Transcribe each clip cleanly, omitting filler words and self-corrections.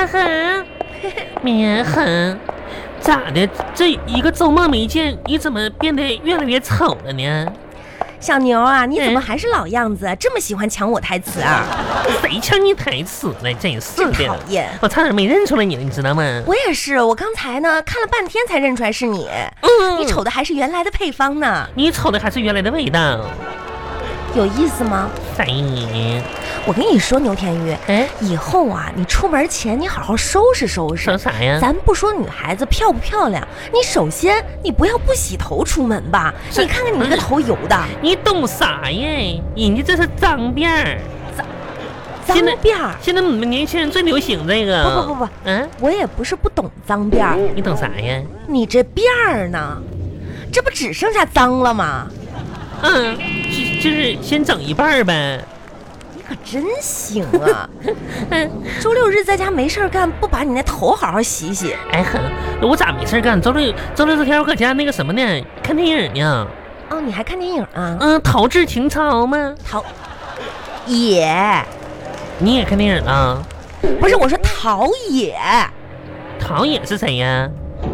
恒，绵恒，咋的？这一个周末没见，你怎么变得越来越丑了呢？ 小牛啊，你怎么还是老样子，这么喜欢抢我台词啊？ 谁抢你台词了？真是的， 讨厌！ 我差点没认出来你了，你知道吗？ 我也是，我刚才呢看了半天才认出来是你。你瞅的还是原来的配方呢。 你瞅的还是原来的味道。 有意思吗？我跟你说，牛天玉，以后啊，你出门前你好好收拾收拾。 收啥呀？ 咱不说女孩子漂不漂亮，你首先你不要不洗头出门吧？你看看你那个头油的。 你懂啥呀？人家这是脏辫儿。 脏辫儿。 现在你们年轻人最流行这个。 不，我也不是不懂脏辫儿。 你懂啥呀？ 你这辫儿呢？这不只剩下脏了吗？ 就是先整一半呗。 你可真行啊！周六日在家没事干，不把你那头好好洗洗？ 我咋没事干？周六这天我搁家那个什么呢？看电影呢。 哦，你还看电影啊？ 陶冶情操吗？ 也。 你也看电影啊？ 不是，我说陶冶。 陶冶是谁呀？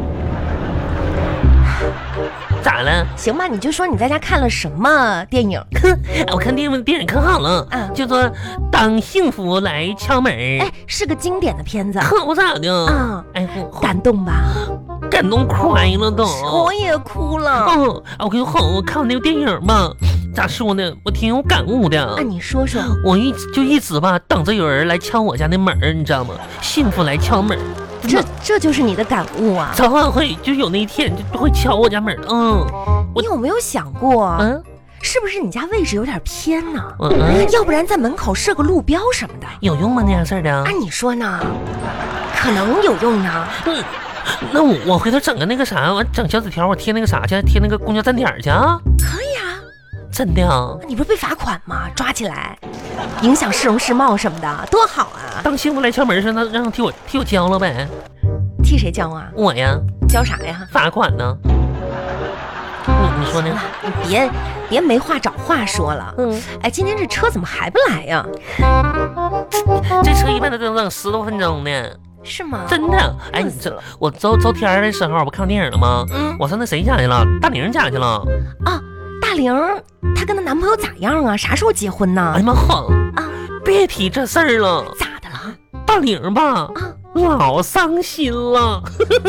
咋了？ 行吧，你就说你在家看了什么电影？ 我看电影可好了，叫做《当幸福来敲门》。 是个经典的片子。 可不咋的啊！感动吧？ 感动快了都。 我也哭了。 我跟你说，我看那个电影吧，咋说呢？我挺有感悟的。 你说说。 我一直吧等着有人来敲我家那门，你知道吗？幸福来敲门。 这就是你的感悟啊！ 早晚会就有那一天就会敲我家门。 你有没有想过，是不是你家位置有点偏呢？要不然在门口设个路标什么的， 有用吗？那样事的？ 你说呢？可能有用呢。 那我回头整个那个啥，我整小纸条，我贴那个啥去，贴那个公交站点去啊？ 可以啊。 真的啊？ 你不是被罚款吗？抓起来，影响市容市貌什么的，多好啊！ 当幸福来敲门时，那让替我交了呗。 替谁交啊？ 我呀。 交啥呀？ 罚款呢？你说呢？ 你别没话找话说了。今天这车怎么还不来呀？ 这车一般都得等10多分钟呢。 是吗？ 真的。你知道我周天的时候不看电影了吗？我上那谁家去了？大玲家去了。 大玲她跟她男朋友咋样啊？啥时候结婚呢？ 哎呀妈好别提这事儿了。 咋的了？ 大玲吧老伤心了。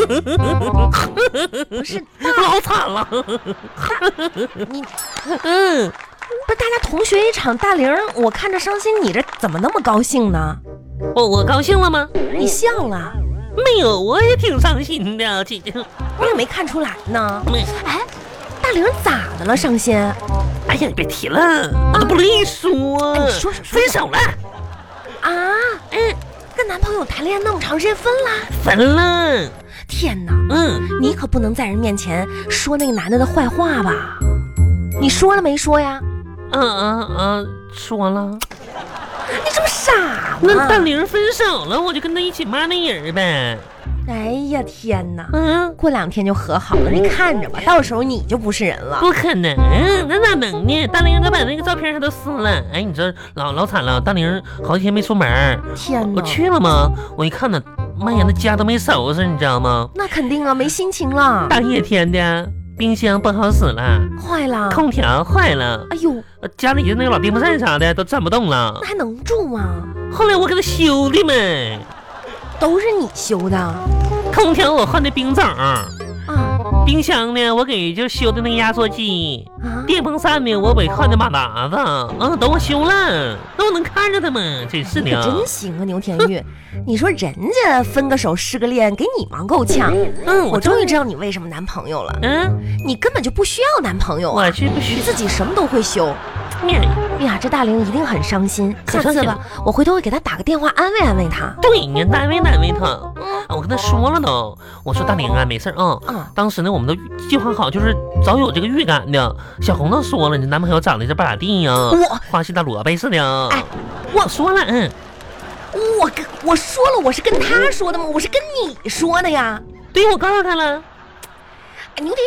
不是老惨了。 你不是大家同学一场，大玲我看着伤心，你这怎么那么高兴呢？ 我高兴了吗？ 你笑了。 没有，我也挺伤心的。姐姐我也没看出来呢。大玲咋的了？伤心？ 哎呀，你别提了，我都不乐意说。 你说分手了啊？跟男朋友谈恋爱那么长时间分了？ 分了。 天哪！你可不能在人面前说那个男的的坏话吧？你说了没说呀？ 说了。 你这么傻吗？ 那大玲分手了，我就跟他一起骂那人呗。 哎呀天哪！过2天就和好了，你看着吧，到时候你就不是人了。 不可能，那咋能呢？大玲她把那个照片她都撕了。你这老惨了，大玲好几天没出门。 天哪！ 我去了吗？我一看呢，妈呀，那家都没收拾，你知道吗？ 那肯定啊，没心情了。 大热天的，冰箱不好使了， 坏了， 空调坏了。 哎呦， 家里的那个老电风扇啥的都转不动了。 那还能住吗？ 后来我给他修的嘛。 都是你修的。 空调我换的冰枕冰箱呢我给就修的那个压缩机电风扇呢我给换的马达子都我修了，那我能看着他吗？真是的。 真行啊，牛天玉。你说人家分个手失个恋，给你忙够呛。我终于知道你为什么男朋友了。你根本就不需要男朋友啊， 我去不需要， 自己什么都会修。呀，这大玲一定很伤心。下次吧，我回头会给她打个电话安慰安慰她。 对，你安慰她。我跟她说了都，我说大玲啊，没事当时呢，我们都计划好，就是早有这个预感的。小红都说了，你男朋友长得这不咋地呀，花心大萝卜似的。我说了， 我说了，我是跟他说的吗？我是跟你说的呀。 对，我告诉他了。 牛天玉，你这个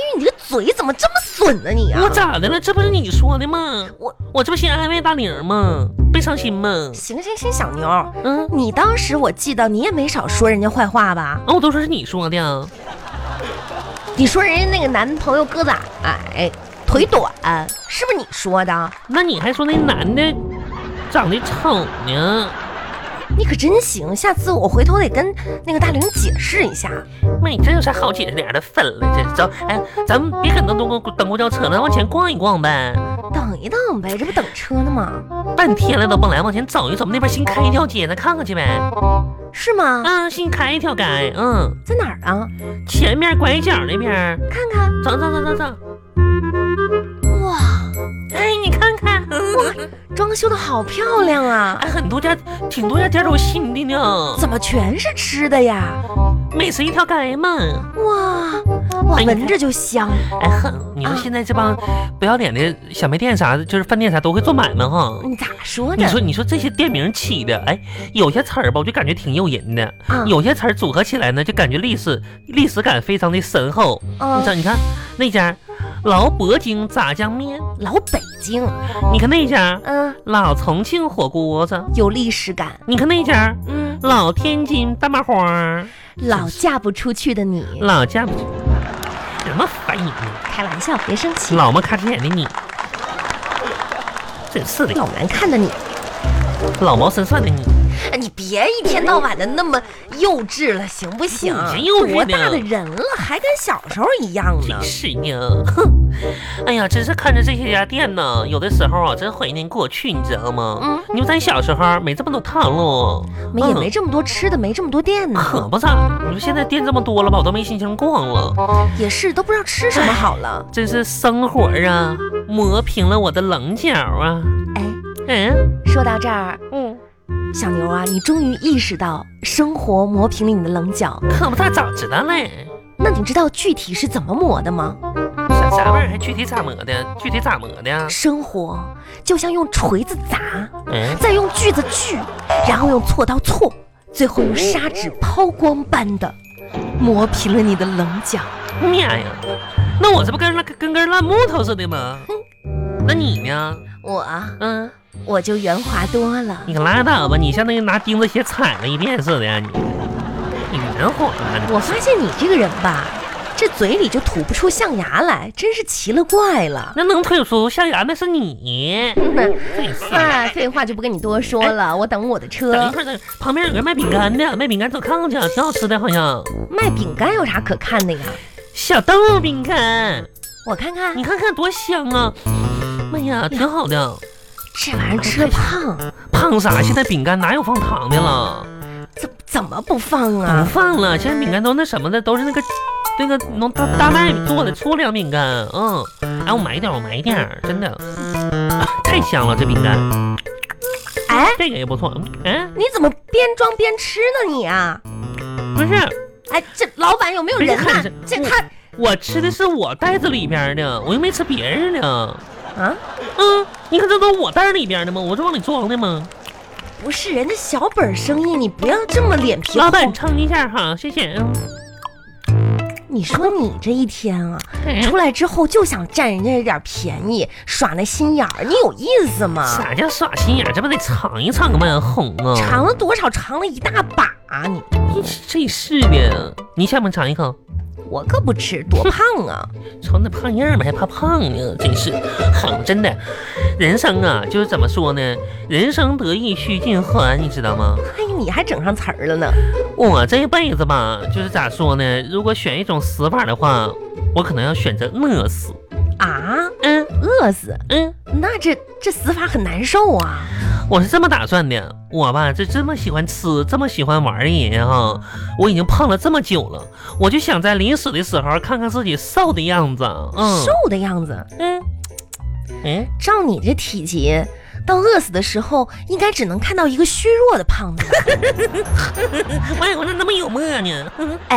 嘴怎么这么损呢你啊？ 我咋的了？这不是你说的吗？我这不先安慰大玲吗？别伤心吗？ 行，小妞，你当时我记得你也没少说人家坏话吧？ 我都说是你说的。 你说人家那个男朋友个子矮，腿短，是不是你说的？ 那你还说那男的长得丑呢？ 你可真行，下次我回头得跟那个大玲解释一下。 妹，这有啥好解释点的？分了，这走，咱们别搁那等公交车了，往前逛一逛呗。 等一等呗，这不等车呢吗？ 半天了都不来，往前走一走，那边新开一条街，咱看看去呗。 是吗？ 新开一条街， 在哪儿啊？ 前面拐角那边。 看看， 走。哇，你看看， 哇，装修的好漂亮啊！ 挺多家店都新的呢。 怎么全是吃的呀？ 美食一条街嘛。 哇，闻着就香。 你说现在这帮不要脸的小卖店啥的，就是饭店啥都会做买卖哈。 你咋说的？ 你说这些店名起的，有些词儿吧，我就感觉挺诱人的，有些词儿组合起来呢，就感觉历史感非常的深厚。你看那家老北京炸酱面， 老北京。 你看那家，老重庆火锅子， 有历史感。 你看那家，老天津大麻花， 老嫁不出去的你， 老嫁不出，什么反应？ 开玩笑，别生气。 老么咔哧眼的你，真是的， 老难看的你， 老毛神算的你。 你别一天到晚的那么幼稚了，行不行？多大的人了，还跟小时候一样呢？ 真是呢，哼！哎呀，真是看着这些家店呢，有的时候啊，真怀念过去，你知道吗？你说咱小时候没这么多套路， 也没这么多吃的，没这么多店呢。 可不咋，你说现在店这么多了吧，我都没心情逛了。 也是，都不知道吃什么好了。 真是生活啊，磨平了我的棱角啊。 说到这儿，小牛啊，你终于意识到生活磨平了你的棱角。 可不咋，早知道嘞。 那你知道具体是怎么磨的吗？ 啥玩意儿？还具体咋磨的？ 生活就像用锤子砸，再用锯子锯，然后用锉刀锉，最后用砂纸抛光般的磨平了你的棱角。 妈呀，那我这不跟根烂木头似的吗？那你呢？ 我就圆滑多了。 你可拉倒吧，你像那个拿钉子鞋踩了一遍似的呀！你圆滑了。 我发现你这个人吧，这嘴里就吐不出象牙来，真是奇了怪了。 那能吐出象牙那是你。 废话就不跟你多说了，我等我的车。 等一会儿，旁边有个卖饼干的，卖饼干走看看去，挺好吃的，好像。 卖饼干有啥可看的呀？ 小豆饼干， 我看看， 你看看多香啊！妈呀，挺好的。 这玩意儿吃了胖啥？现在饼干哪有放糖的了？ 怎么不放啊？ 不放了，现在饼干都那什么的，都是那个农大麦做的粗粮饼干。我买一点，真的，太香了这饼干。这个也不错。 你怎么边装边吃呢你啊？ 不是， 这老板有没有人呢？ 我吃的是我袋子里边的，我又没吃别人的。你看这都我袋里边的吗？我是往里装的吗？ 不是，人家小本生意，你不要这么脸皮厚。 老板称一下哈，谢谢。 你说你这一天啊，出来之后就想占人家一点便宜，耍那心眼儿，你有意思吗？ 啥叫耍心眼儿？这不得尝一尝吗？红啊！ 尝了多少？尝了一大把你真是的，你想不想尝一口？ 我可不吃，多胖啊！ 瞅那胖样吧，还怕胖呢，真是好，真的。人生啊，就是怎么说呢？人生得意须尽欢，你知道吗？ 你还整上词儿了呢。 我这辈子吧，就是咋说呢？如果选一种死法的话，我可能要选择饿死。 饿死？那这死法很难受啊。 我是这么打算的，我吧这么喜欢吃，这么喜欢玩的人哈，我已经胖了这么久了，我就想在临死的时候看看自己瘦的样子。 瘦的样子？照你这体积，到饿死的时候，应该只能看到一个虚弱的胖子。 我那么幽默呢？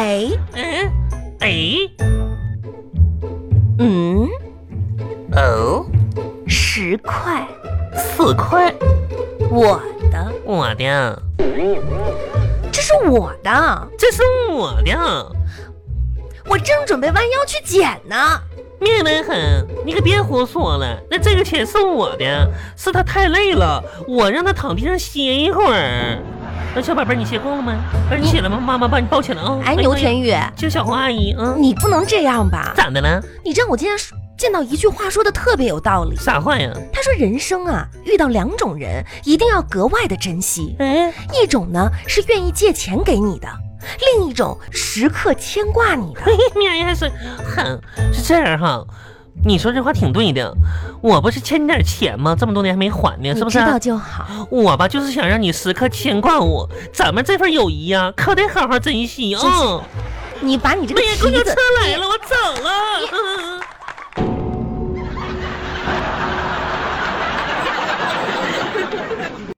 10块 ，4块， 我的，这是我的， 这是我的， 我正准备弯腰去捡呢。 面来很，你可别胡说了，那这个钱是我的，是他太累了，我让他躺地上歇一会儿。那小宝贝，你歇够了吗？你起来吗？妈妈把你抱起来啊！ 哎，牛田玉， 就小红阿姨， 你不能这样吧？ 咋的了？ 你知道我今天见到一句话说的特别有道理。 啥话呀？ 他说人生啊，遇到2种人一定要格外的珍惜。一种呢是愿意借钱给你的，另一种时刻牵挂你的。 面还是是这样哈。你说这话挺对的，我不是欠你点钱吗？这么多年还没还呢，是不是？ 知道就好。 我吧就是想让你时刻牵挂我，咱们这份友谊啊，可得好好珍惜啊。 你把你这个公交车来了，我走了。